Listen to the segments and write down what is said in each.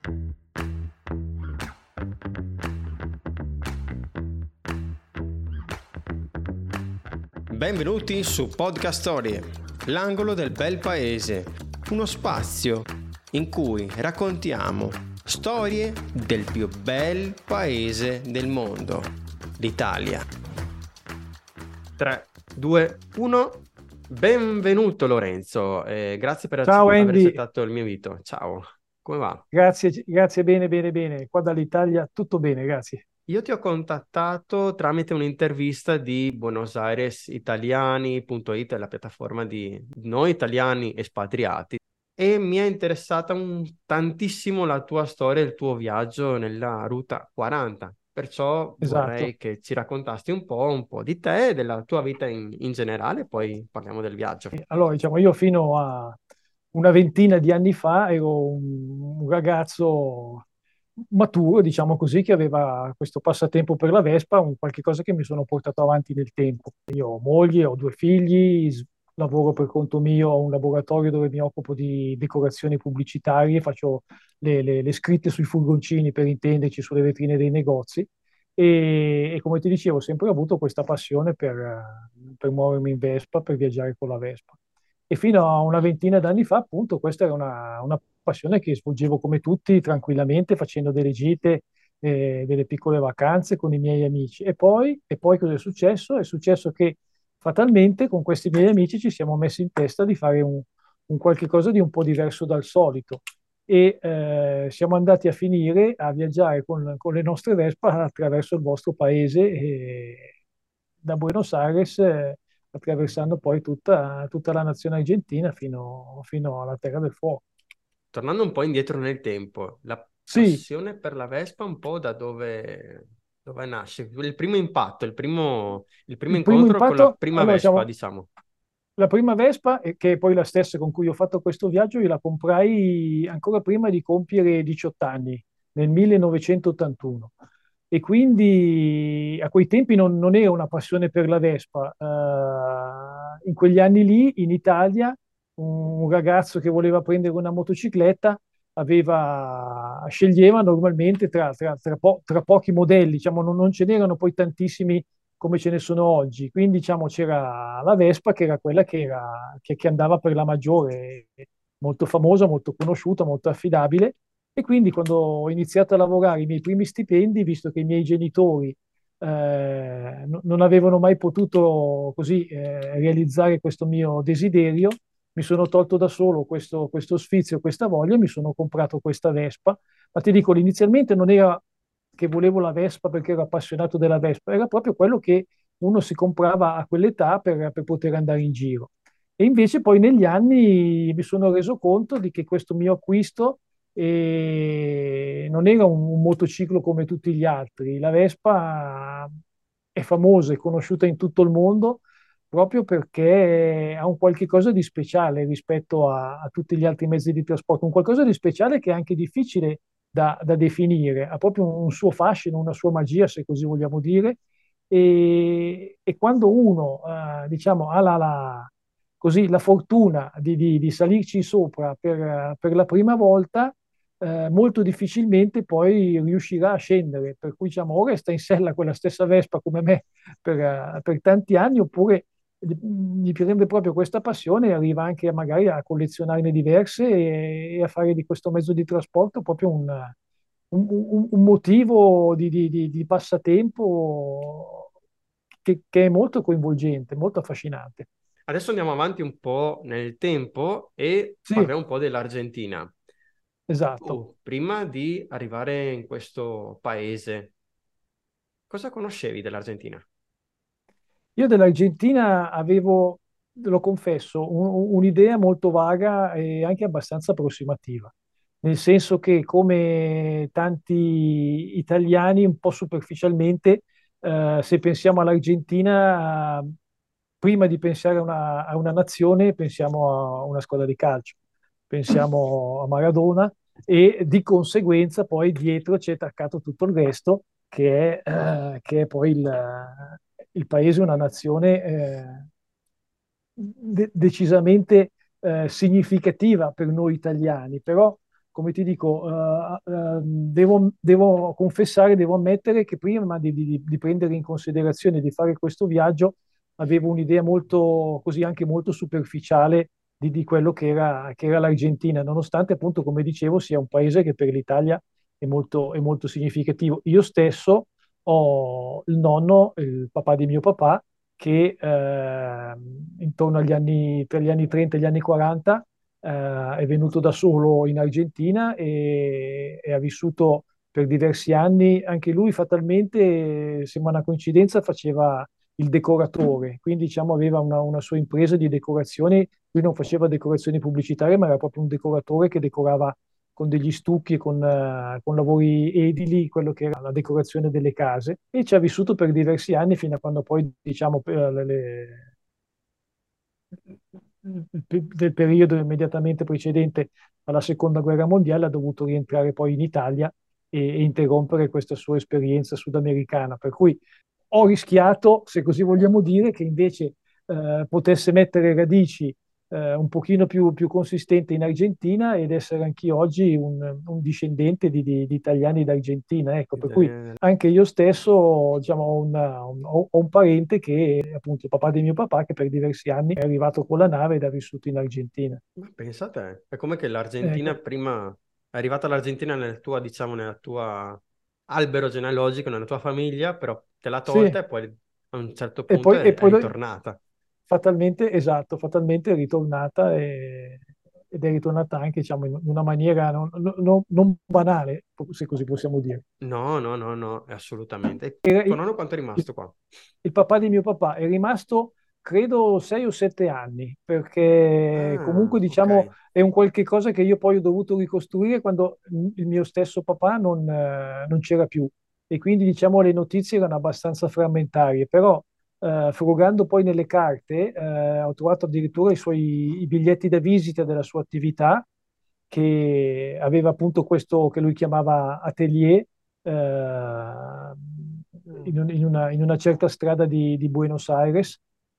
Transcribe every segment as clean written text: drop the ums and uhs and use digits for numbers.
Benvenuti su Podcast Storie, l'angolo del bel paese, uno spazio in cui raccontiamo storie del più bel paese del mondo, l'Italia. 3, 2, 1, benvenuto Lorenzo, grazie per Ciao aver Andy, accettato il mio invito. Ciao, come va? grazie, bene. Qua dall'Italia tutto bene, grazie. Io ti ho contattato tramite un'intervista di buenosaires.italiani.it, la piattaforma di noi italiani espatriati, e mi è interessata tantissimo la tua storia, il tuo viaggio nella Ruta 40. Perciò Esatto. vorrei che ci raccontassi un po' di te e della tua vita in generale, poi parliamo del viaggio. Allora, diciamo, io fino a una ventina di anni fa ero un ragazzo maturo, diciamo così, che aveva questo passatempo per la Vespa, un qualche cosa che mi sono portato avanti nel tempo. Io ho moglie, ho due figli, lavoro per conto mio, ho un laboratorio dove mi occupo di decorazioni pubblicitarie, faccio le scritte sui furgoncini, per intenderci, sulle vetrine dei negozi. E come ti dicevo, ho sempre avuto questa passione per muovermi in Vespa, per viaggiare con la Vespa. E fino a una ventina d'anni fa, appunto, questa era una passione che svolgevo come tutti, tranquillamente, facendo delle gite, delle piccole vacanze con i miei amici. E poi cosa è successo? È successo che fatalmente con questi miei amici ci siamo messi in testa di fare un qualche cosa di un po' diverso dal solito e siamo andati a finire a viaggiare con le nostre Vespa attraverso il vostro paese, da Buenos Aires, attraversando poi tutta la nazione argentina fino alla Terra del Fuoco. Tornando un po' indietro nel tempo, la Sì, passione per la Vespa un po' da dove nasce? Il primo impatto, il primo il primo incontro con la impatto, prima allora Vespa, diciamo, diciamo. la prima Vespa, che è poi la stessa con cui ho fatto questo viaggio, io la comprai ancora prima di compiere 18 anni, nel 1981. E quindi a quei tempi non era una passione per la Vespa. In quegli anni lì, in Italia, un ragazzo che voleva prendere una motocicletta sceglieva normalmente tra pochi modelli, diciamo, non ce n'erano poi tantissimi come ce ne sono oggi. Quindi, diciamo, c'era la Vespa che era quella che andava per la maggiore, molto famosa, molto conosciuta, molto affidabile. E quindi quando ho iniziato a lavorare i miei primi stipendi, visto che i miei genitori non avevano mai potuto così realizzare questo mio desiderio, mi sono tolto da solo questo sfizio, questa voglia e mi sono comprato questa Vespa. Ma ti dico, inizialmente non era che volevo la Vespa perché ero appassionato della Vespa, era proprio quello che uno si comprava a quell'età per poter andare in giro. E invece poi negli anni mi sono reso conto di che questo mio acquisto non era un motociclo come tutti gli altri. La Vespa è famosa, è conosciuta in tutto il mondo proprio perché ha un qualche cosa di speciale rispetto a tutti gli altri mezzi di trasporto, un qualcosa di speciale che è anche difficile da definire, ha proprio un suo fascino, una sua magia, se così vogliamo dire, e quando uno, diciamo, ha così, la fortuna di salirci sopra per la prima volta, molto difficilmente poi riuscirà a scendere, per cui diciamo, o resta in sella quella stessa Vespa come me per tanti anni, oppure gli prende proprio questa passione e arriva anche magari a collezionarne diverse e a fare di questo mezzo di trasporto proprio un motivo di passatempo che è molto coinvolgente, molto affascinante. Adesso andiamo avanti un po' nel tempo e Sì, parliamo un po' dell'Argentina. esatto. Tu, prima di arrivare in questo paese, cosa conoscevi dell'Argentina? Io dell'Argentina avevo, lo confesso, un'idea molto vaga e anche abbastanza approssimativa, nel senso che come tanti italiani, un po' superficialmente, se pensiamo all'Argentina, prima di pensare a una nazione, pensiamo a una squadra di calcio, pensiamo a Maradona e di conseguenza poi dietro c'è attaccato tutto il resto che è poi il paese, una nazione decisamente significativa per noi italiani, però come ti dico, devo confessare, devo ammettere che prima di prendere in considerazione di fare questo viaggio, avevo un'idea molto, così anche molto superficiale di quello che era l'Argentina, nonostante appunto, come dicevo, sia un paese che per l'Italia è molto significativo. Io stesso ho il nonno, il papà di mio papà, che intorno per gli anni 30 e gli anni 40 è venuto da solo in Argentina e ha vissuto per diversi anni. Anche lui fatalmente, sembra una coincidenza, faceva il decoratore, quindi diciamo aveva una sua impresa di decorazioni. Lui non faceva decorazioni pubblicitarie, ma era proprio un decoratore che decorava con degli stucchi e con lavori edili, quello che era la decorazione delle case, e ci ha vissuto per diversi anni fino a quando poi, diciamo, del periodo immediatamente precedente alla Seconda Guerra Mondiale ha dovuto rientrare poi in Italia e interrompere questa sua esperienza sudamericana. Per cui ho rischiato, se così vogliamo dire, che invece potesse mettere radici un pochino più consistente in Argentina ed essere anch'io oggi un discendente di italiani d'Argentina. Ecco, per cui anche io stesso, diciamo, ho un parente che è appunto il papà di mio papà, che per diversi anni è arrivato con la nave ed ha vissuto in Argentina. Ma pensa a te, è come che l'Argentina Ecco, prima è arrivata l'Argentina nel tua, diciamo, nella tua albero genealogico, nella tua famiglia, però te l'ha tolta sì, e poi a un certo e punto poi, e è poi ritornata. fatalmente, esatto, fatalmente è ritornata ed è ritornata anche, diciamo, in una maniera non banale, se così possiamo dire. No, no, no, no, assolutamente. E Era- tuo Il, nonno quanto è rimasto qua? il papà di mio papà è rimasto, credo, 6 o 7 anni, perché Ah, comunque, ok. diciamo, è un qualche cosa che io poi ho dovuto ricostruire quando il mio stesso papà non c'era più. E quindi, diciamo, le notizie erano abbastanza frammentarie, però frugando poi nelle carte, ho trovato addirittura i biglietti da visita della sua attività, che aveva appunto questo che lui chiamava atelier Mm. in una certa strada di Buenos Aires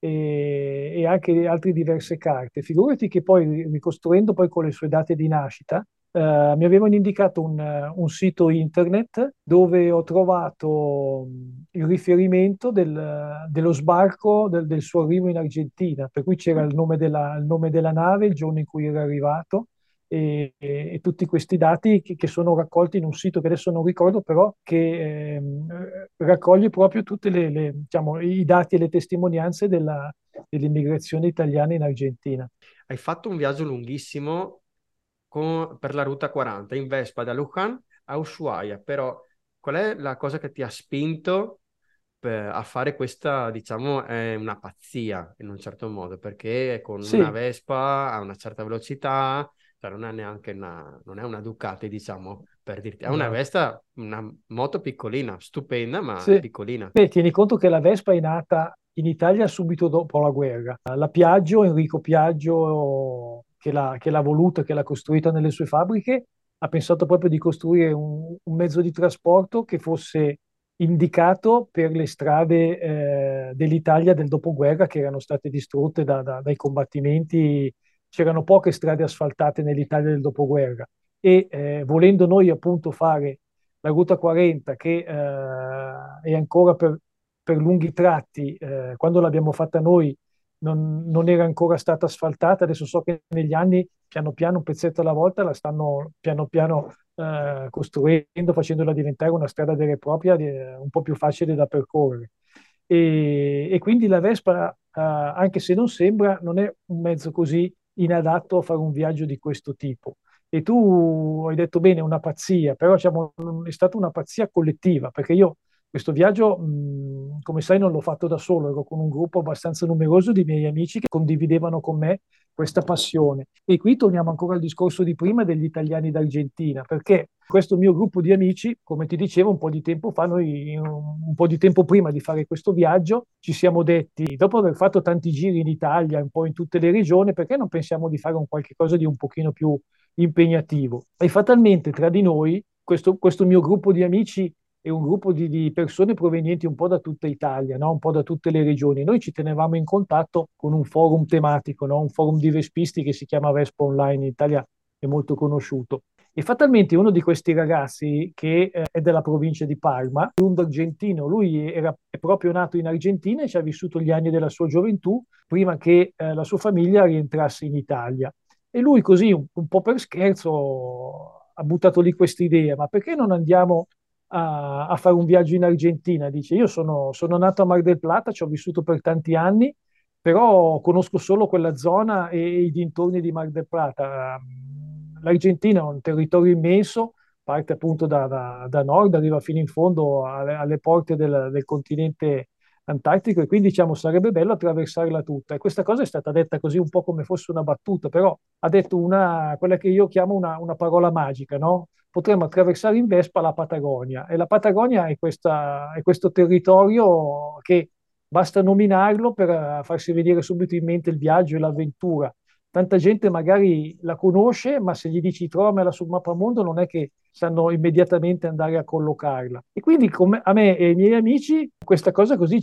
e anche altre diverse carte. Figurati che poi, ricostruendo poi con le sue date di nascita, mi avevano indicato un sito internet dove ho trovato il riferimento dello sbarco del suo arrivo in Argentina, per cui c'era il nome della nave, il giorno in cui era arrivato e tutti questi dati che sono raccolti in un sito che adesso non ricordo, però che raccoglie proprio tutti diciamo, i dati e le testimonianze dell'immigrazione italiana in Argentina. Hai fatto un viaggio lunghissimo per la Ruta 40 in Vespa da Luján a Ushuaia, però qual è la cosa che ti ha spinto a fare questa, diciamo, è una pazzia in un certo modo, perché con una Sì, Vespa a una certa velocità, cioè non è neanche non è una Ducati, diciamo, per dirti, è una esatto. Vespa, una moto piccolina, stupenda, ma è Sì. piccolina. Beh, tieni conto che la Vespa è nata in Italia subito dopo la guerra. La Piaggio, Enrico Piaggio, che l'ha voluta, che l'ha costruita nelle sue fabbriche, ha pensato proprio di costruire un mezzo di trasporto che fosse indicato per le strade dell'Italia del dopoguerra che erano state distrutte dai combattimenti. C'erano poche strade asfaltate nell'Italia del dopoguerra e volendo noi appunto fare la Ruta 40 che è ancora per lunghi tratti, quando l'abbiamo fatta noi non era ancora stata asfaltata, adesso so che negli anni piano piano, un pezzetto alla volta, la stanno piano piano costruendo, facendola diventare una strada vera e propria, un po' più facile da percorrere. E quindi la Vespa, anche se non sembra, non è un mezzo così inadatto a fare un viaggio di questo tipo. E tu hai detto bene, una pazzia, però diciamo, è stata una pazzia collettiva, perché io questo viaggio, come sai, non l'ho fatto da solo, ero con un gruppo abbastanza numeroso di miei amici che condividevano con me questa passione. E qui torniamo ancora al discorso di prima degli italiani d'Argentina, perché questo mio gruppo di amici, come ti dicevo, un po' di tempo fa, noi un po' di tempo prima di fare questo viaggio, ci siamo detti, dopo aver fatto tanti giri in Italia, un po' in tutte le regioni, perché non pensiamo di fare un qualche cosa di un pochino più impegnativo? E fatalmente tra di noi, questo mio gruppo di amici è un gruppo di persone provenienti un po' da tutta Italia, no? Un po' da tutte le regioni. Noi ci tenevamo in contatto con un forum tematico, no? Un forum di vespisti che si chiama Vespa Online in Italia, è molto conosciuto. E fatalmente uno di questi ragazzi, che è della provincia di Parma, un argentino, è proprio nato in Argentina e ci ha vissuto gli anni della sua gioventù prima che la sua famiglia rientrasse in Italia. E lui così, un po' per scherzo, ha buttato lì questa idea, ma perché non andiamo a fare un viaggio in Argentina? Dice, io sono nato a Mar del Plata, ci ho vissuto per tanti anni, però conosco solo quella zona e i dintorni di Mar del Plata. L'Argentina è un territorio immenso, parte appunto da nord, arriva fino in fondo alle porte del continente antartico e quindi diciamo sarebbe bello attraversarla tutta. E questa cosa è stata detta così un po' come fosse una battuta, però ha detto quella che io chiamo una parola magica, no? Potremmo attraversare in Vespa la Patagonia e la Patagonia è questo territorio che basta nominarlo per farsi venire subito in mente il viaggio e l'avventura. Tanta gente magari la conosce, ma se gli dici trovamela sul mappamondo non è che sanno immediatamente andare a collocarla. E quindi a me e ai miei amici questa cosa così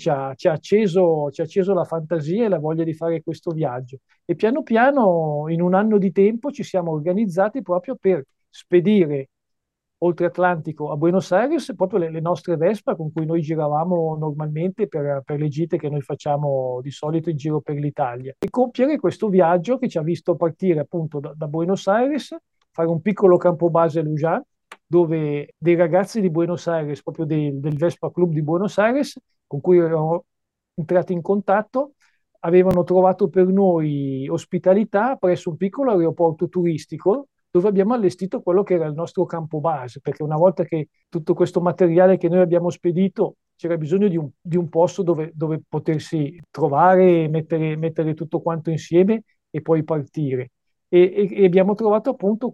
ci ha acceso la fantasia e la voglia di fare questo viaggio. E piano piano, in un anno di tempo, ci siamo organizzati proprio per spedire oltre Atlantico a Buenos Aires proprio le nostre Vespa con cui noi giravamo normalmente per le gite che noi facciamo di solito in giro per l'Italia e compiere questo viaggio che ci ha visto partire appunto da Buenos Aires, fare un piccolo campo base a Luján, dove dei ragazzi di Buenos Aires, proprio del Vespa Club di Buenos Aires, con cui eravamo entrati in contatto, avevano trovato per noi ospitalità presso un piccolo aeroporto turistico dove abbiamo allestito quello che era il nostro campo base, perché una volta che tutto questo materiale che noi abbiamo spedito c'era bisogno di un posto dove potersi trovare, mettere tutto quanto insieme e poi partire. E abbiamo trovato appunto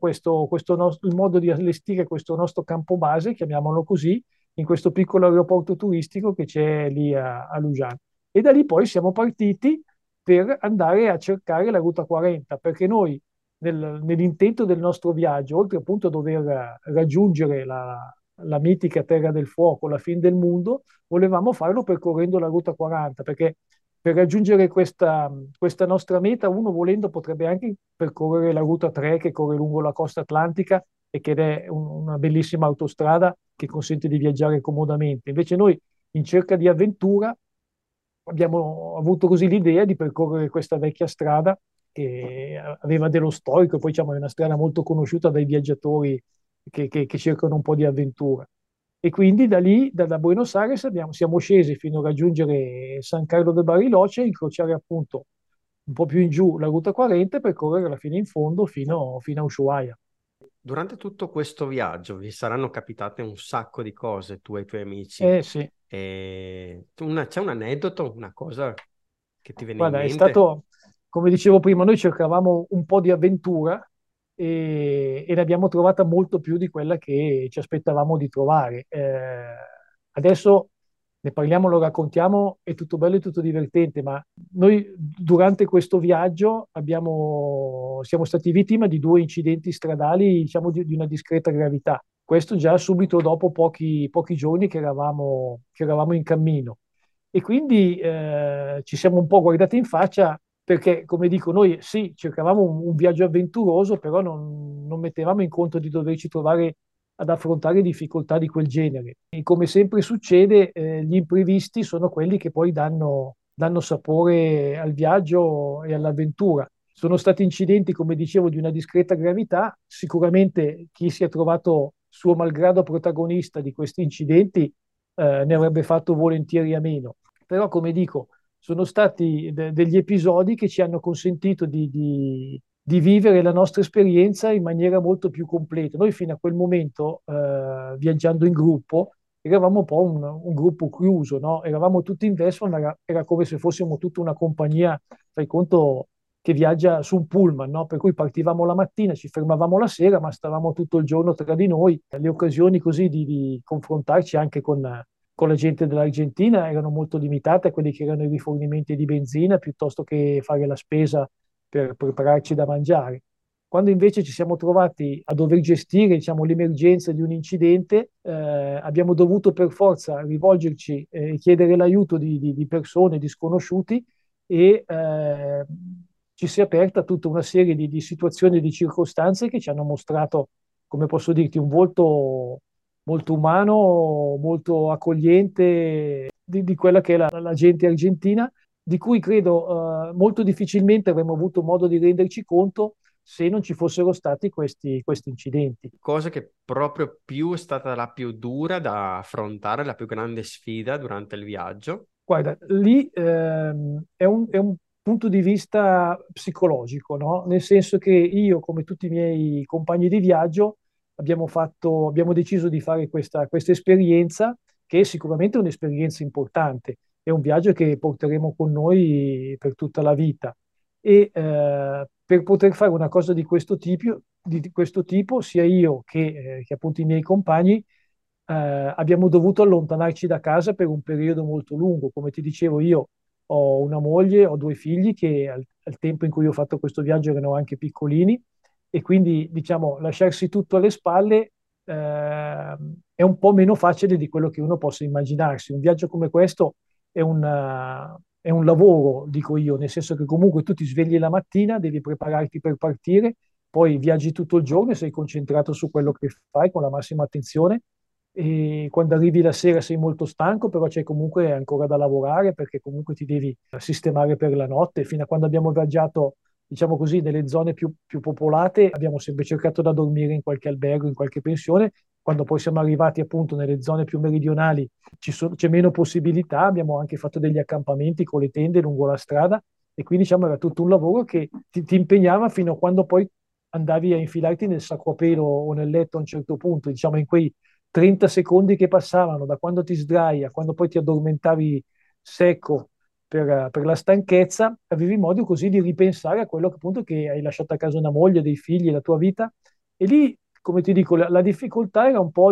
il modo di allestire questo nostro campo base, chiamiamolo così, in questo piccolo aeroporto turistico che c'è lì a Luján. E da lì poi siamo partiti per andare a cercare la Ruta 40, perché noi nell'intento del nostro viaggio, oltre appunto a dover raggiungere la mitica Terra del Fuoco, la fine del mondo, volevamo farlo percorrendo la Ruta 40, perché per raggiungere questa nostra meta, uno volendo potrebbe anche percorrere la Ruta 3 che corre lungo la costa atlantica e che è una bellissima autostrada che consente di viaggiare comodamente. Invece noi, in cerca di avventura, abbiamo avuto così l'idea di percorrere questa vecchia strada che aveva dello storico, poi diciamo, è una strada molto conosciuta dai viaggiatori che cercano un po' di avventura. E quindi da lì, da Buenos Aires, siamo scesi fino a raggiungere San Carlo de Bariloche, incrociare appunto un po' più in giù la Ruta 40 e percorrere alla fine in fondo fino a Ushuaia. Durante tutto questo viaggio vi saranno capitate un sacco di cose, tu e i tuoi amici. Eh sì, C'è un aneddoto, una cosa che ti viene in guarda, è mente? stato, come dicevo prima, noi cercavamo un po' di avventura e ne abbiamo trovata molto più di quella che ci aspettavamo di trovare. Adesso ne parliamo, lo raccontiamo, è tutto bello e tutto divertente, ma noi durante questo viaggio siamo stati vittima di due incidenti stradali, diciamo, di una discreta gravità. Questo già subito dopo pochi giorni che eravamo in cammino. E quindi ci siamo un po' guardati in faccia perché, come dico, noi sì, cercavamo un viaggio avventuroso, però non mettevamo in conto di doverci trovare ad affrontare difficoltà di quel genere. E come sempre succede, gli imprevisti sono quelli che poi danno sapore al viaggio e all'avventura. Sono stati incidenti, come dicevo, di una discreta gravità. Sicuramente chi si è trovato suo malgrado protagonista di questi incidenti ne avrebbe fatto volentieri a meno. Però, come dico, sono stati degli episodi che ci hanno consentito di vivere la nostra esperienza in maniera molto più completa. Noi fino a quel momento, viaggiando in gruppo, eravamo un po' un gruppo chiuso, no? Eravamo tutti in Vespa, ma era come se fossimo tutta una compagnia, fai conto, che viaggia su un pullman, no? Per cui partivamo la mattina, ci fermavamo la sera, ma stavamo tutto il giorno tra di noi. Le occasioni così di confrontarci anche con la gente dell'Argentina erano molto limitate a quelli che erano i rifornimenti di benzina piuttosto che fare la spesa per prepararci da mangiare. Quando invece ci siamo trovati a dover gestire, diciamo, l'emergenza di un incidente, abbiamo dovuto per forza rivolgerci e chiedere l'aiuto di persone, di sconosciuti e ci si è aperta tutta una serie di situazioni e di circostanze che ci hanno mostrato come posso dirti, un volto molto umano, molto accogliente di quella che è la gente argentina, di cui credo molto difficilmente avremmo avuto modo di renderci conto se non ci fossero stati questi incidenti. Cosa che proprio più è stata la più dura da affrontare, la più grande sfida durante il viaggio. Guarda, lì è un punto di vista psicologico, no? Nel senso che io, come tutti i miei compagni di viaggio, abbiamo deciso di fare questa esperienza, che è sicuramente un'esperienza importante. È un viaggio che porteremo con noi per tutta la vita. E per poter fare una cosa di questo tipo, sia io che appunto i miei compagni, abbiamo dovuto allontanarci da casa per un periodo molto lungo. Come ti dicevo, io ho una moglie, ho due figli che al tempo in cui ho fatto questo viaggio erano anche piccolini e quindi, diciamo, lasciarsi tutto alle spalle è un po' meno facile di quello che uno possa immaginarsi. Un viaggio come questo è un lavoro, dico io, nel senso che comunque tu ti svegli la mattina, devi prepararti per partire, poi viaggi tutto il giorno e sei concentrato su quello che fai con la massima attenzione e quando arrivi la sera sei molto stanco, però c'è comunque ancora da lavorare perché comunque ti devi sistemare per la notte. Fino a quando abbiamo viaggiato, diciamo così, nelle zone più popolate, abbiamo sempre cercato da dormire in qualche albergo, in qualche pensione. Quando poi siamo arrivati appunto nelle zone più meridionali c'è meno possibilità, abbiamo anche fatto degli accampamenti con le tende lungo la strada e quindi diciamo era tutto un lavoro che ti impegnava fino a quando poi andavi a infilarti nel sacco a pelo o nel letto a un certo punto, diciamo in quei 30 secondi che passavano da quando ti sdrai a quando poi ti addormentavi secco per la stanchezza, avevi modo così di ripensare a quello che appunto che hai lasciato a casa una moglie, dei figli, la tua vita. E lì, come ti dico, la difficoltà era un po'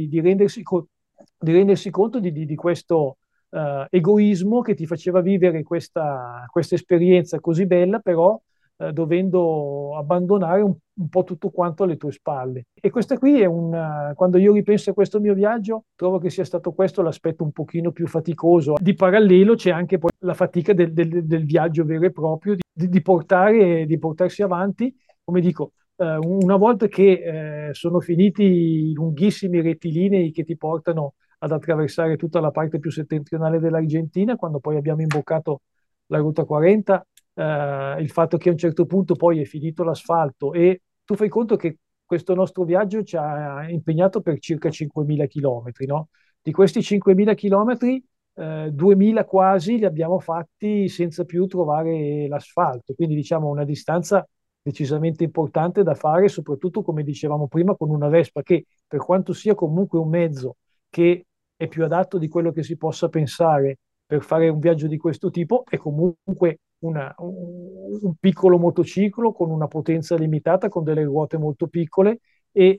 di rendersi conto di questo egoismo che ti faceva vivere questa esperienza così bella, però dovendo abbandonare un po' tutto quanto alle tue spalle. E questa qui quando io ripenso a questo mio viaggio, trovo che sia stato questo l'aspetto un pochino più faticoso. Di parallelo c'è anche poi la fatica del viaggio vero e proprio, di portarsi avanti, come dico, una volta che sono finiti i lunghissimi rettilinei che ti portano ad attraversare tutta la parte più settentrionale dell'Argentina, quando poi abbiamo imboccato la Ruta 40, il fatto che a un certo punto poi è finito l'asfalto e tu fai conto che questo nostro viaggio ci ha impegnato per circa 5.000 chilometri, no? Di questi 5.000 chilometri, 2.000 quasi li abbiamo fatti senza più trovare l'asfalto, quindi diciamo una distanza decisamente importante da fare, soprattutto come dicevamo prima con una Vespa che per quanto sia comunque un mezzo che è più adatto di quello che si possa pensare per fare un viaggio di questo tipo, è comunque un piccolo motociclo con una potenza limitata, con delle ruote molto piccole e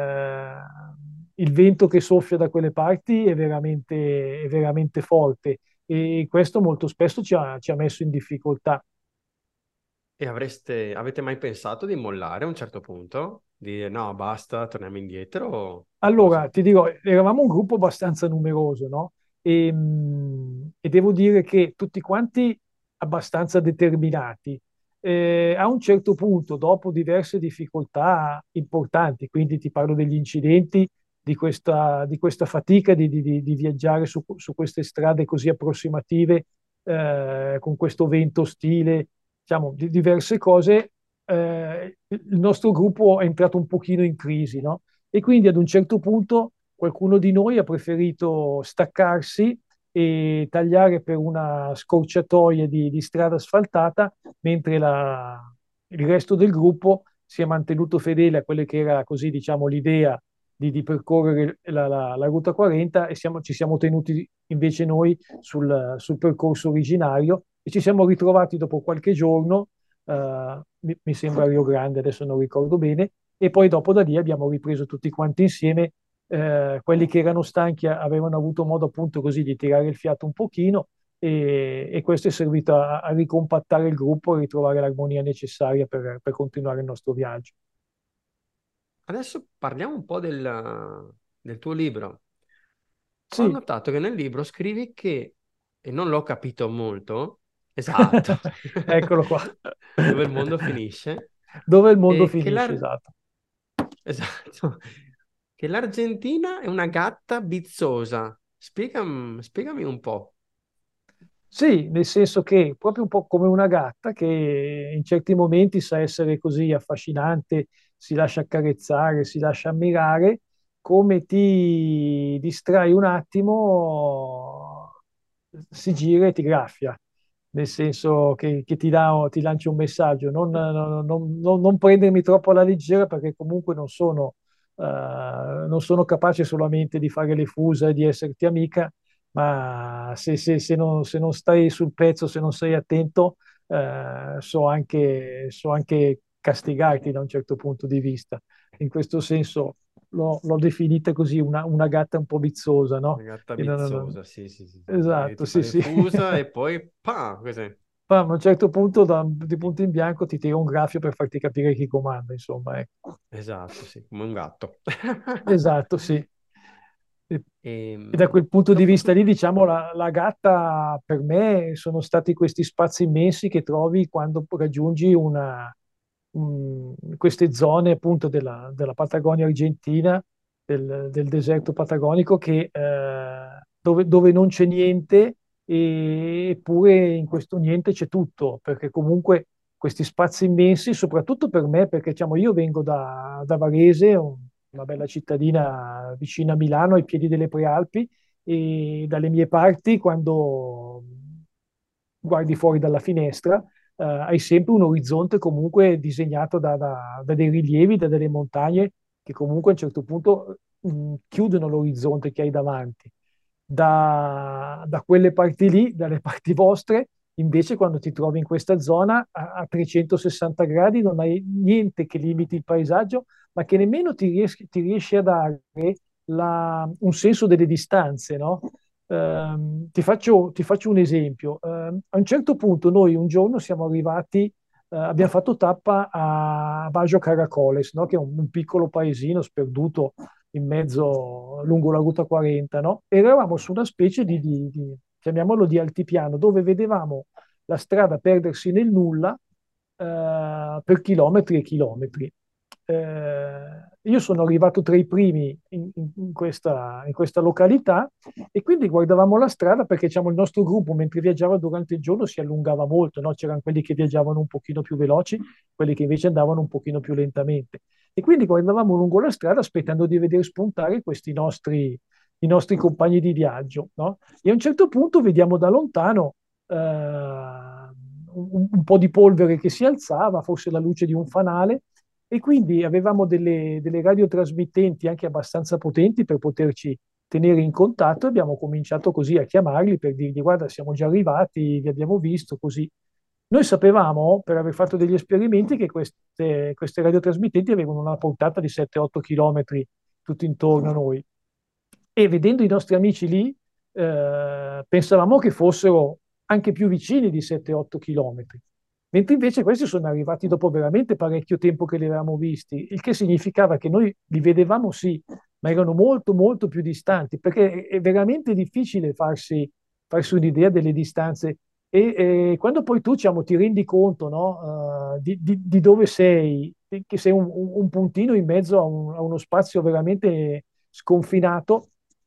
il vento che soffia da quelle parti è veramente forte e questo molto spesso ci ha messo in difficoltà. E avete mai pensato di mollare a un certo punto? Di dire no, basta, torniamo indietro o cosa? Allora, ti dirò, eravamo un gruppo abbastanza numeroso, no? E devo dire che tutti quanti abbastanza determinati. A un certo punto, dopo diverse difficoltà importanti, quindi ti parlo degli incidenti, di questa fatica di viaggiare su queste strade così approssimative, con questo vento ostile, diciamo, di diverse cose, il nostro gruppo è entrato un pochino in crisi, no? E quindi ad un certo punto qualcuno di noi ha preferito staccarsi e tagliare per una scorciatoia di strada asfaltata, mentre il resto del gruppo si è mantenuto fedele a quella che era così, diciamo, l'idea di percorrere la Ruta 40 e ci siamo tenuti invece noi sul percorso originario e ci siamo ritrovati dopo qualche giorno, mi sembra a Rio Grande, adesso non ricordo bene, e poi dopo da lì abbiamo ripreso tutti quanti insieme. Quelli che erano stanchi avevano avuto modo appunto così di tirare il fiato un pochino e questo è servito a ricompattare il gruppo e ritrovare l'armonia necessaria per continuare il nostro viaggio. Adesso parliamo un po' del tuo libro. Ho Sì, notato che nel libro scrivi che, e non l'ho capito molto, esatto, eccolo qua. dove il mondo finisce, Dove il mondo e che finisce, esatto. Esatto. Che l'Argentina è una gatta bizzosa. Spiegami un po'. Sì, nel senso che proprio un po' come una gatta che in certi momenti sa essere così affascinante, si lascia accarezzare, si lascia ammirare, come ti distrai un attimo, si gira e ti graffia, nel senso che ti lancia un messaggio. Non prendermi troppo alla leggera perché comunque non sono capace solamente di fare le fusa e di esserti amica, ma se non stai sul pezzo, se non sei attento, so anche castigarti da un certo punto di vista. In questo senso l'ho definita così una gatta un po' vizzosa, Una no? gatta Che bizzosa, sì, sì, sì, sì. Esatto, Ti fa sì, le sì. fusa e poi, così. Ma a un certo punto, di punto in bianco, ti tira un graffio per farti capire chi comanda, insomma, ecco. Esatto, sì, come un gatto. Esatto, sì. E, e da E, quel punto di vista lì, dopotutto, diciamo, la gatta per me sono stati questi spazi immensi che trovi quando raggiungi queste zone appunto della Patagonia argentina, del deserto patagonico, dove non c'è niente, eppure in questo niente c'è tutto, perché comunque questi spazi immensi, soprattutto per me, perché diciamo, io vengo da Varese, una bella cittadina vicina a Milano, ai piedi delle Prealpi, e dalle mie parti, quando guardi fuori dalla finestra, hai sempre un orizzonte comunque disegnato da dei rilievi, da delle montagne che comunque a un certo punto chiudono l'orizzonte che hai davanti. Da quelle parti lì, dalle parti vostre, invece, quando ti trovi in questa zona a 360 gradi, non hai niente che limiti il paesaggio, ma che nemmeno ti riesci a dare un senso delle distanze, no? Ti faccio un esempio. A un certo punto noi un giorno siamo arrivati, abbiamo fatto tappa a Baggio Caracoles, no? Che è un piccolo paesino sperduto in mezzo, lungo la Ruta 40, no? Eravamo su una specie chiamiamolo di altipiano, dove vedevamo la strada perdersi nel nulla per chilometri e chilometri. Io sono arrivato tra i primi in questa località e quindi guardavamo la strada perché diciamo, il nostro gruppo mentre viaggiava durante il giorno si allungava molto, no? C'erano quelli che viaggiavano un pochino più veloci, quelli che invece andavano un pochino più lentamente. E quindi guardavamo lungo la strada aspettando di vedere spuntare i nostri compagni di viaggio, no? E a un certo punto vediamo da lontano un po' di polvere che si alzava, forse la luce di un fanale, e quindi avevamo delle radiotrasmittenti anche abbastanza potenti per poterci tenere in contatto e abbiamo cominciato così a chiamarli per dirgli guarda, siamo già arrivati, vi abbiamo visto, così. Noi sapevamo, per aver fatto degli esperimenti, che queste radiotrasmittenti avevano una portata di 7-8 km tutto intorno a noi. E vedendo i nostri amici lì, pensavamo che fossero anche più vicini di 7-8 chilometri, mentre invece questi sono arrivati dopo veramente parecchio tempo che li avevamo visti, il che significava che noi li vedevamo sì, ma erano molto molto più distanti, perché è veramente difficile farsi un'idea delle distanze. E quando poi tu diciamo, ti rendi conto, no, di dove sei, che sei un puntino in mezzo a uno spazio veramente sconfinato,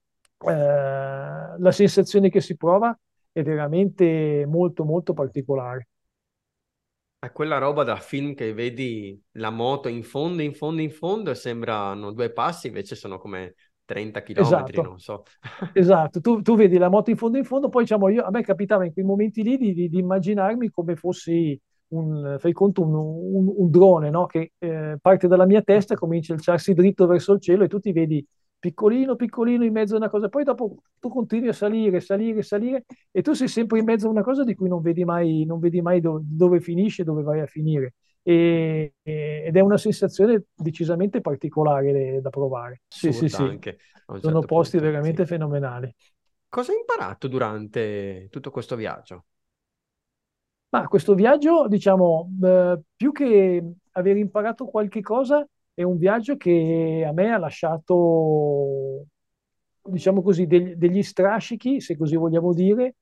la sensazione che si prova è veramente molto, molto particolare. è quella roba da film che vedi la moto in fondo, in fondo, in fondo e sembrano due passi, invece sono come 30 chilometri, Esatto, non so. esatto. Tu vedi la moto in fondo, poi diciamo, a me capitava in quei momenti lì di immaginarmi come fossi fai conto, un drone, no? Che parte dalla mia testa, comincia a alzarsi dritto verso il cielo e tu ti vedi piccolino, piccolino in mezzo a una cosa, poi dopo tu continui a salire, salire, salire e tu sei sempre in mezzo a una cosa di cui non vedi mai dove finisce, dove vai a finire. Ed è una sensazione decisamente particolare da provare. Sì, sì, Assurda sì. anche a un Sono certo posti punto, sì. veramente fenomenali. Cosa hai imparato durante tutto questo viaggio? Ma questo viaggio, diciamo, più che aver imparato qualche cosa, è un viaggio che a me ha lasciato, diciamo così, degli strascichi, se così vogliamo dire,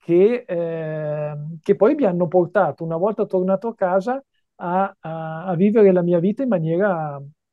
che poi mi hanno portato, una volta tornato a casa, a vivere la mia vita in maniera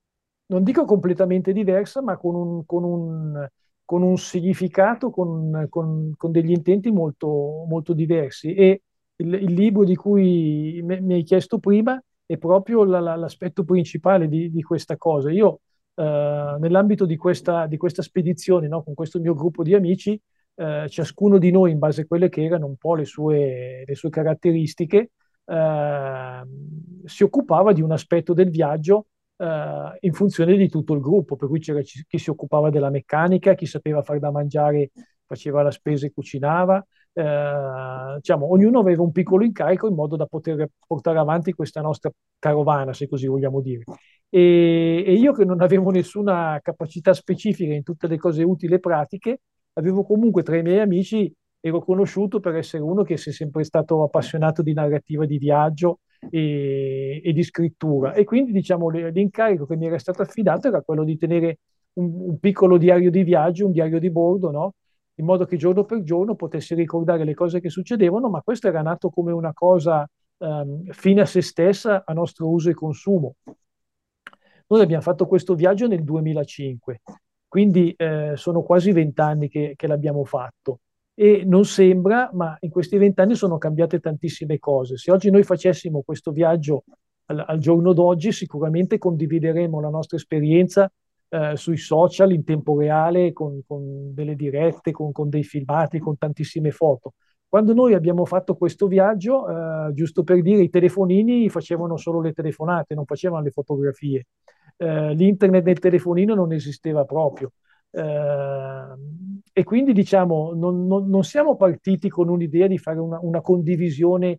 non dico completamente diversa, ma con un significato, con degli intenti molto, molto diversi. E il libro di cui mi hai chiesto prima è proprio l'aspetto principale di questa cosa. Io, nell'ambito di questa spedizione, no, con questo mio gruppo di amici, ciascuno di noi, in base a quelle che erano un po' le sue caratteristiche, eh, si occupava di un aspetto del viaggio in funzione di tutto il gruppo, per cui c'era chi si occupava della meccanica, chi sapeva far da mangiare faceva la spesa e cucinava. Diciamo, ognuno aveva un piccolo incarico in modo da poter portare avanti questa nostra carovana, se così vogliamo dire. E io, che non avevo nessuna capacità specifica in tutte le cose utili e pratiche, avevo comunque tra i miei amici, ero conosciuto per essere uno che si è sempre stato appassionato di narrativa di viaggio e di scrittura. E quindi, diciamo, l'incarico che mi era stato affidato era quello di tenere un piccolo diario di viaggio, un diario di bordo, no? In modo che giorno per giorno potessi ricordare le cose che succedevano, ma questo era nato come una cosa fine a se stessa, a nostro uso e consumo. Noi abbiamo fatto questo viaggio nel 2005, quindi sono quasi 20 anni che l'abbiamo fatto. E non sembra, ma in questi 20 anni sono cambiate tantissime cose. Se oggi noi facessimo questo viaggio al giorno d'oggi, sicuramente condivideremo la nostra esperienza sui social in tempo reale, con delle dirette, con dei filmati, con tantissime foto. Quando noi abbiamo fatto questo viaggio, giusto per dire, i telefonini facevano solo le telefonate, non facevano le fotografie. L'internet nel telefonino non esisteva proprio. Eh, e quindi, diciamo, non siamo partiti con un'idea di fare una condivisione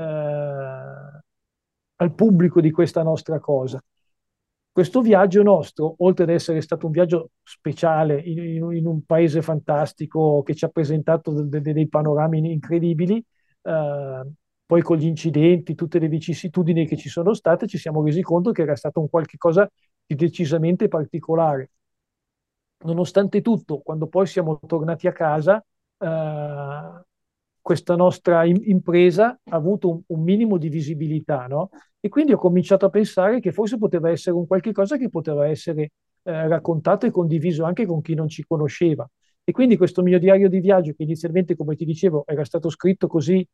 al pubblico di questa nostra cosa. Questo viaggio nostro, oltre ad essere stato un viaggio speciale in un paese fantastico che ci ha presentato dei panorami incredibili, poi con gli incidenti, tutte le vicissitudini che ci sono state, ci siamo resi conto che era stato un qualche cosa di decisamente particolare. Nonostante tutto, quando poi siamo tornati a casa, questa nostra impresa ha avuto un minimo di visibilità, no? E quindi ho cominciato a pensare che forse poteva essere un qualche cosa che poteva essere raccontato e condiviso anche con chi non ci conosceva. E quindi questo mio diario di viaggio, che inizialmente, come ti dicevo, era stato scritto così,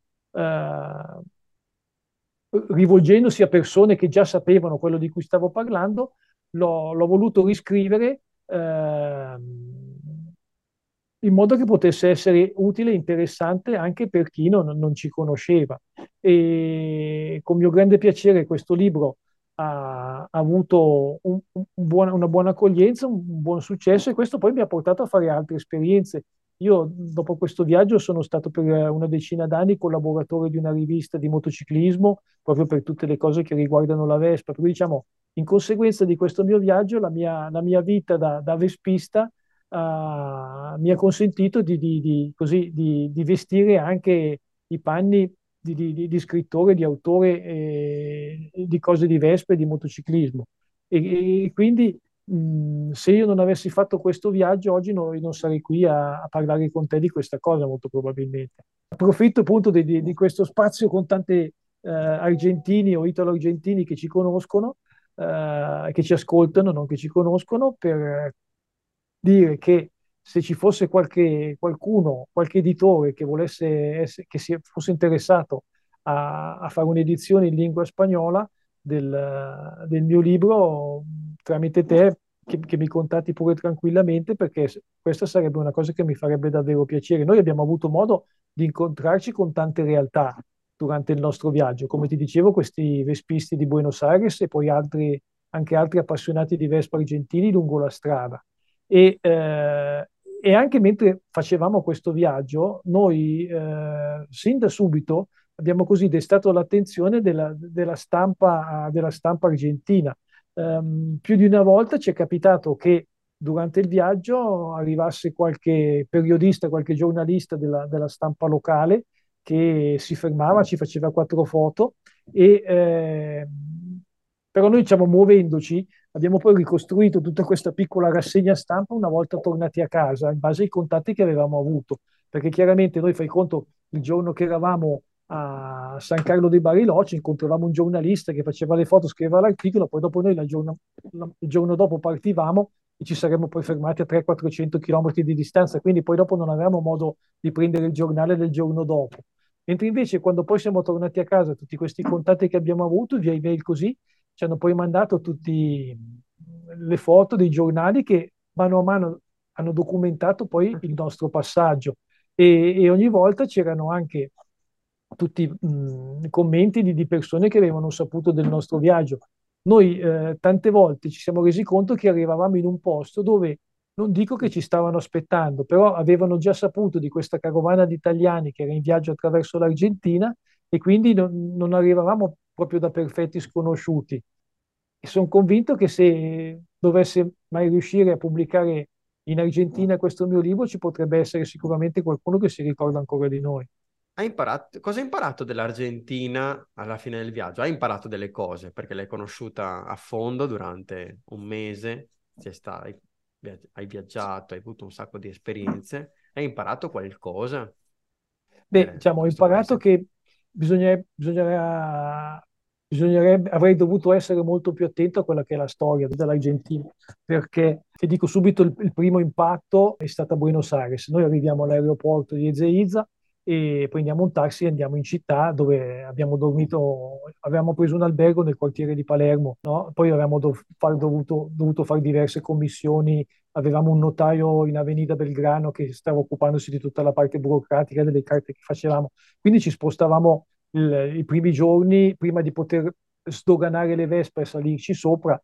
rivolgendosi a persone che già sapevano quello di cui stavo parlando, l'ho voluto riscrivere in modo che potesse essere utile e interessante anche per chi non ci conosceva. E con mio grande piacere questo libro ha avuto una buona accoglienza, un buon successo, e questo poi mi ha portato a fare altre esperienze. Io, dopo questo viaggio, sono stato per una decina d'anni collaboratore di una rivista di motociclismo, proprio per tutte le cose che riguardano la Vespa. Per cui, diciamo, in conseguenza di questo mio viaggio, la mia vita da vespista mi ha consentito così, di vestire anche i panni di scrittore, di autore di cose di Vespa e di motociclismo. E quindi, se io non avessi fatto questo viaggio, oggi non sarei qui a parlare con te di questa cosa, molto probabilmente. Approfitto appunto di questo spazio con tante argentini o italo-argentini che ci conoscono, che ci ascoltano, non che ci conoscono, per dire che se ci fosse qualcuno, qualche editore che fosse interessato a fare un'edizione in lingua spagnola del mio libro, tramite te, che mi contatti pure tranquillamente, perché questa sarebbe una cosa che mi farebbe davvero piacere. Noi abbiamo avuto modo di incontrarci con tante realtà durante il nostro viaggio, come ti dicevo, questi vespisti di Buenos Aires e poi anche altri appassionati di Vespa argentini lungo la strada. E anche mentre facevamo questo viaggio, noi sin da subito abbiamo così destato l'attenzione della stampa argentina. Più di una volta ci è capitato che durante il viaggio arrivasse qualche periodista, qualche giornalista della stampa locale che si fermava, ci faceva quattro foto però noi, diciamo, muovendoci, abbiamo poi ricostruito tutta questa piccola rassegna stampa una volta tornati a casa, in base ai contatti che avevamo avuto, perché chiaramente noi, fai conto, il giorno che eravamo a San Carlo dei Bariloci, incontravamo un giornalista che faceva le foto, scriveva l'articolo, poi dopo noi il giorno dopo partivamo e ci saremmo poi fermati a 300-400 km di distanza, quindi poi dopo non avevamo modo di prendere il giornale del giorno dopo. Mentre invece quando poi siamo tornati a casa, tutti questi contatti che abbiamo avuto via email così, ci hanno poi mandato tutte le foto dei giornali che mano a mano hanno documentato poi il nostro passaggio e ogni volta c'erano anche tutti i commenti di persone che avevano saputo del nostro viaggio. Noi tante volte ci siamo resi conto che arrivavamo in un posto dove non dico che ci stavano aspettando, però avevano già saputo di questa carovana di italiani che era in viaggio attraverso l'Argentina e quindi non arrivavamo proprio da perfetti sconosciuti. E sono convinto che se dovesse mai riuscire a pubblicare in Argentina questo mio libro, ci potrebbe essere sicuramente qualcuno che si ricorda ancora di noi. Cosa hai imparato dell'Argentina alla fine del viaggio? Hai imparato delle cose perché l'hai conosciuta a fondo durante un mese, hai viaggiato, hai avuto un sacco di esperienze, hai imparato qualcosa Beh, di diciamo, ho questo imparato paese? che avrei dovuto essere molto più attento a quella che è la storia dell'Argentina, perché ti dico subito, il primo impatto è stato a Buenos Aires. Noi arriviamo all'aeroporto di Ezeiza e prendiamo un taxi e andiamo in città dove abbiamo dormito, avevamo preso un albergo nel quartiere di Palermo, no? Poi avevamo dovuto fare diverse commissioni. Avevamo un notaio in Avenida Belgrano che stava occupandosi di tutta la parte burocratica delle carte che facevamo. Quindi ci spostavamo i primi giorni, prima di poter sdoganare le Vespe e salirci sopra,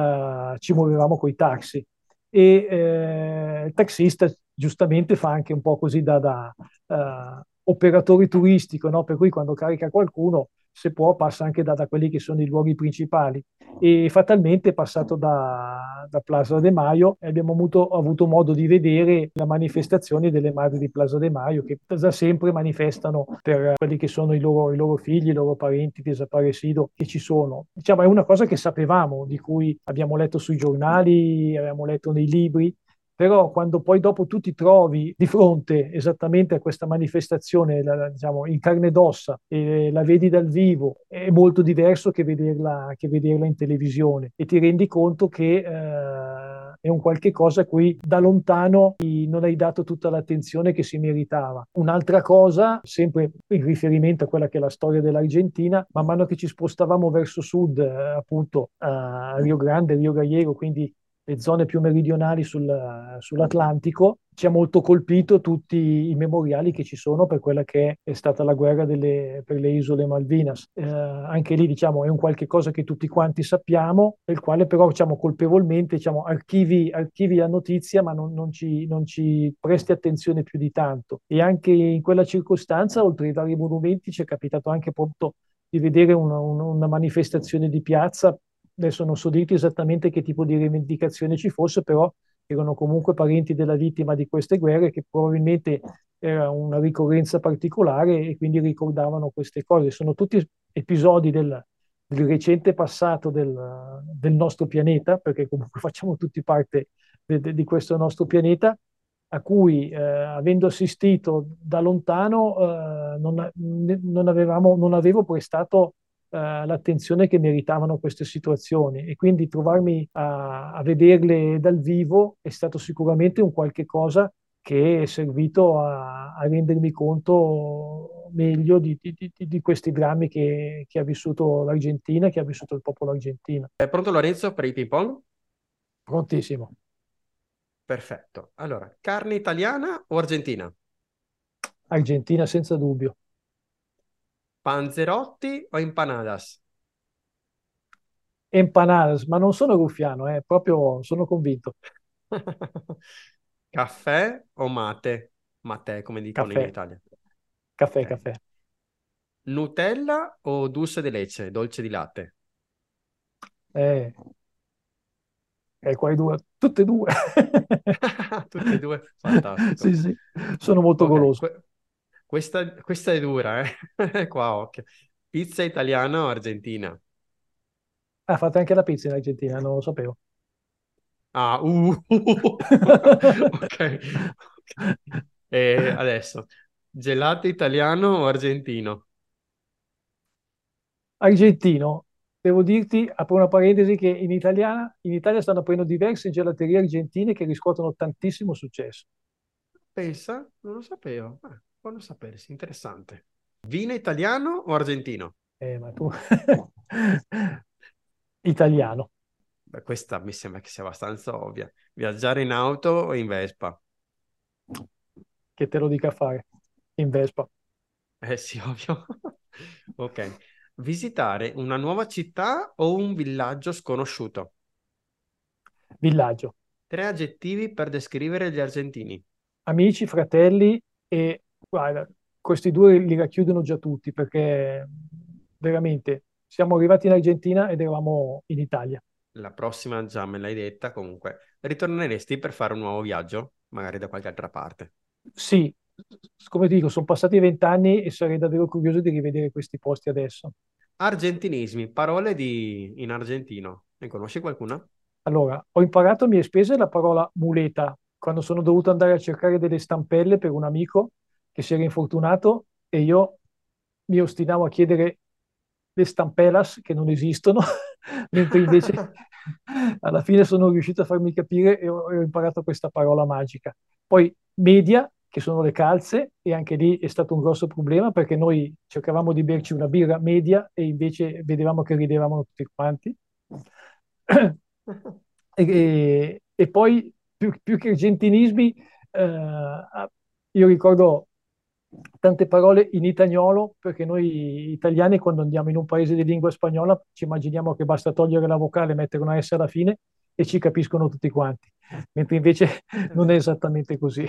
ci muovevamo coi taxi. E il taxista giustamente fa anche un po' così da operatore turistico, no? Per cui quando carica qualcuno, se può, passa anche da quelli che sono i luoghi principali e fatalmente è passato da Plaza de Mayo e abbiamo avuto modo di vedere la manifestazione delle madri di Plaza de Mayo che da sempre manifestano per quelli che sono i loro figli, i loro parenti desaparecidos che ci sono. Diciamo, è una cosa che sapevamo, di cui abbiamo letto sui giornali, abbiamo letto nei libri, però quando poi dopo tu ti trovi di fronte esattamente a questa manifestazione, diciamo, in carne ed ossa, e la vedi dal vivo, è molto diverso che vederla in televisione e ti rendi conto che è un qualche cosa a cui da lontano non hai dato tutta l'attenzione che si meritava. Un'altra cosa, sempre in riferimento a quella che è la storia dell'Argentina, man mano che ci spostavamo verso sud, appunto a Rio Grande, Rio Gallegro, quindi le zone più meridionali sull'Atlantico, ci ha molto colpito tutti i memoriali che ci sono per quella che è stata la guerra per le isole Malvinas. Anche lì, diciamo, è un qualche cosa che tutti quanti sappiamo, del quale però, diciamo, colpevolmente, diciamo, archivi la notizia, ma non ci presti attenzione più di tanto. E anche in quella circostanza, oltre ai vari monumenti, ci è capitato anche appunto di vedere una manifestazione di piazza. Adesso non so dirti esattamente che tipo di rivendicazione ci fosse, però erano comunque parenti della vittima di queste guerre che probabilmente era una ricorrenza particolare e quindi ricordavano queste cose. Sono tutti episodi del recente passato del nostro pianeta, perché comunque facciamo tutti parte di questo nostro pianeta, a cui avendo assistito da lontano non avevo prestato l'attenzione che meritavano queste situazioni e quindi trovarmi a vederle dal vivo è stato sicuramente un qualche cosa che è servito a rendermi conto meglio di questi drammi che ha vissuto l'Argentina, che ha vissuto il popolo argentino. È pronto Lorenzo per il ping pong? Prontissimo. Perfetto. Allora, carne italiana o argentina? Argentina senza dubbio. Panzerotti o empanadas? Empanadas, ma non sono ruffiano, proprio sono convinto. Caffè o mate? Mate, come dicono in Caffè, Italia. caffè, Ok. caffè. Nutella o dulce de leche, dolce di latte? Eh, qua i due, tutte e due. Tutte e due, fantastico. Sì, sì, sono molto Ok, goloso. questa è dura, eh? Qua, ok. Pizza italiana o argentina? Ah, fate anche la pizza in Argentina, non lo sapevo. Ah, ok. E adesso, gelato italiano o argentino? Argentino, devo dirti, apro una parentesi, che in Italia stanno aprendo diverse gelaterie argentine che riscuotono tantissimo successo. Pensa, non lo sapevo. Buono sapersi, interessante. Vino italiano o argentino? Ma tu... Italiano, Beh, questa mi sembra che sia abbastanza ovvia. Viaggiare in auto o in Vespa? che te lo dica a fare, in Vespa. Eh sì, ovvio. Ok. Visitare una nuova città o un villaggio sconosciuto? Villaggio, 3 aggettivi per descrivere gli argentini. amici, fratelli e guarda, questi due li racchiudono già tutti perché veramente siamo arrivati in Argentina ed eravamo in Italia. La prossima già me l'hai detta, comunque. Ritorneresti per fare un nuovo viaggio? Magari da qualche altra parte. Sì, come dico, sono passati 20 anni e sarei davvero curioso di rivedere questi posti adesso. Argentinismi, parole in argentino. Ne conosci qualcuna? Allora, ho imparato a mie spese la parola muleta quando sono dovuto andare a cercare delle stampelle per un amico che si era infortunato e io mi ostinavo a chiedere le stampelas che non esistono, mentre invece alla fine sono riuscito a farmi capire e ho imparato questa parola magica. Poi media, che sono le calze, e anche lì è stato un grosso problema perché noi cercavamo di berci una birra media e invece vedevamo che ridevamo tutti quanti. E poi più che argentinismi, io ricordo tante parole in italiano perché noi italiani quando andiamo in un paese di lingua spagnola ci immaginiamo che basta togliere la vocale, mettere una S alla fine e ci capiscono tutti quanti, mentre invece non è esattamente così.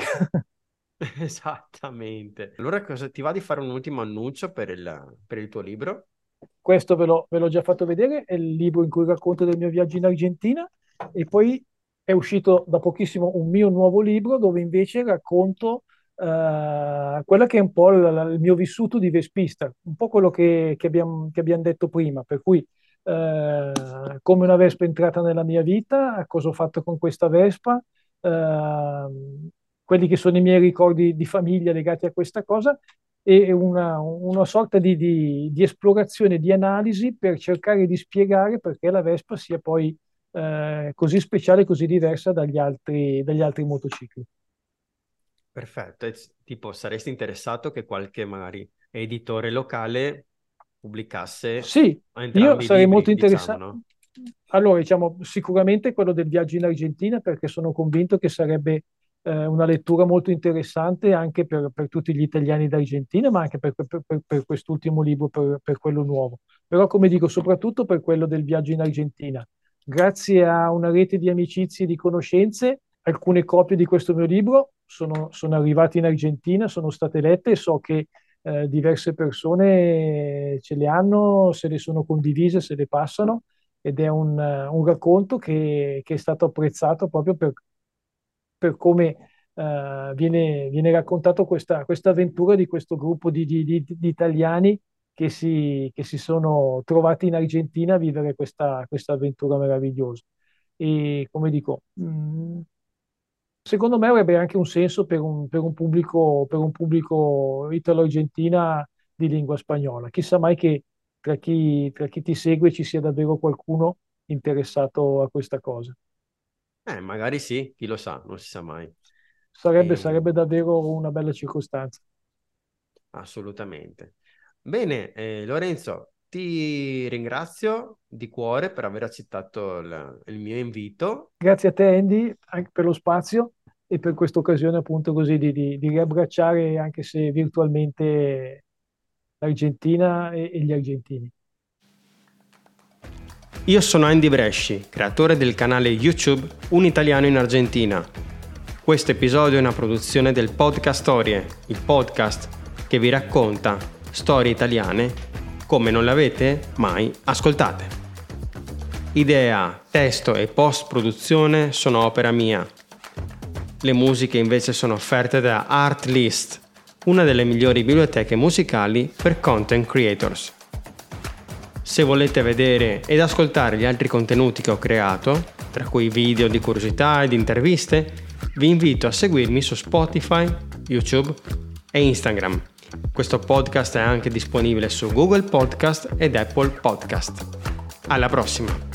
Esattamente. Allora, cosa ti va di fare un ultimo annuncio per il tuo libro? Questo ve l'ho già fatto vedere, è il libro in cui racconto del mio viaggio in Argentina e poi è uscito da pochissimo un mio nuovo libro dove invece racconto quella che è un po' il mio vissuto di vespista, un po' quello che abbiamo detto prima, per cui come una Vespa è entrata nella mia vita, cosa ho fatto con questa Vespa, eh, quelli che sono i miei ricordi di famiglia legati a questa cosa e una sorta di esplorazione, di analisi per cercare di spiegare perché la Vespa sia poi così speciale, così diversa dagli altri motocicli. Perfetto. Tipo, saresti interessato che qualche magari editore locale pubblicasse Sì, io entrambi i sarei molto libri, diciamo, interessato. no? Allora, diciamo, sicuramente quello del viaggio in Argentina, perché sono convinto che sarebbe una lettura molto interessante anche per tutti gli italiani d'Argentina, ma anche per quest'ultimo libro, per quello nuovo. Però, come dico, soprattutto per quello del viaggio in Argentina. Grazie a una rete di amicizie e di conoscenze, alcune copie di questo mio libro sono arrivate in Argentina, sono state lette e so che diverse persone ce le hanno, se le sono condivise, se le passano ed è un racconto che è stato apprezzato proprio per come viene raccontato questa avventura di questo gruppo di italiani che si sono trovati in Argentina a vivere questa avventura meravigliosa. E come dico, secondo me avrebbe anche un senso per un pubblico italo-argentina di lingua spagnola. Chissà mai che tra chi ti segue ci sia davvero qualcuno interessato a questa cosa. Magari sì, chi lo sa, non si sa mai. Sarebbe E- davvero una bella circostanza. Assolutamente. Bene, Lorenzo, ti ringrazio di cuore per aver accettato il mio invito. Grazie a te, Andy, anche per lo spazio e per questa occasione appunto così di riabbracciare, anche se virtualmente, l'Argentina e gli argentini. Io sono Andy Bresci, creatore del canale YouTube Un Italiano in Argentina. Questo episodio è una produzione del Podcast Storie, il podcast che vi racconta storie italiane come non le avete mai ascoltate. Idea, testo e post-produzione sono opera mia. Le musiche invece sono offerte da Artlist, una delle migliori biblioteche musicali per content creators. Se volete vedere ed ascoltare gli altri contenuti che ho creato, tra cui video di curiosità ed interviste, vi invito a seguirmi su Spotify, YouTube e Instagram Questo podcast è anche disponibile su Google Podcast ed Apple Podcast. Alla prossima!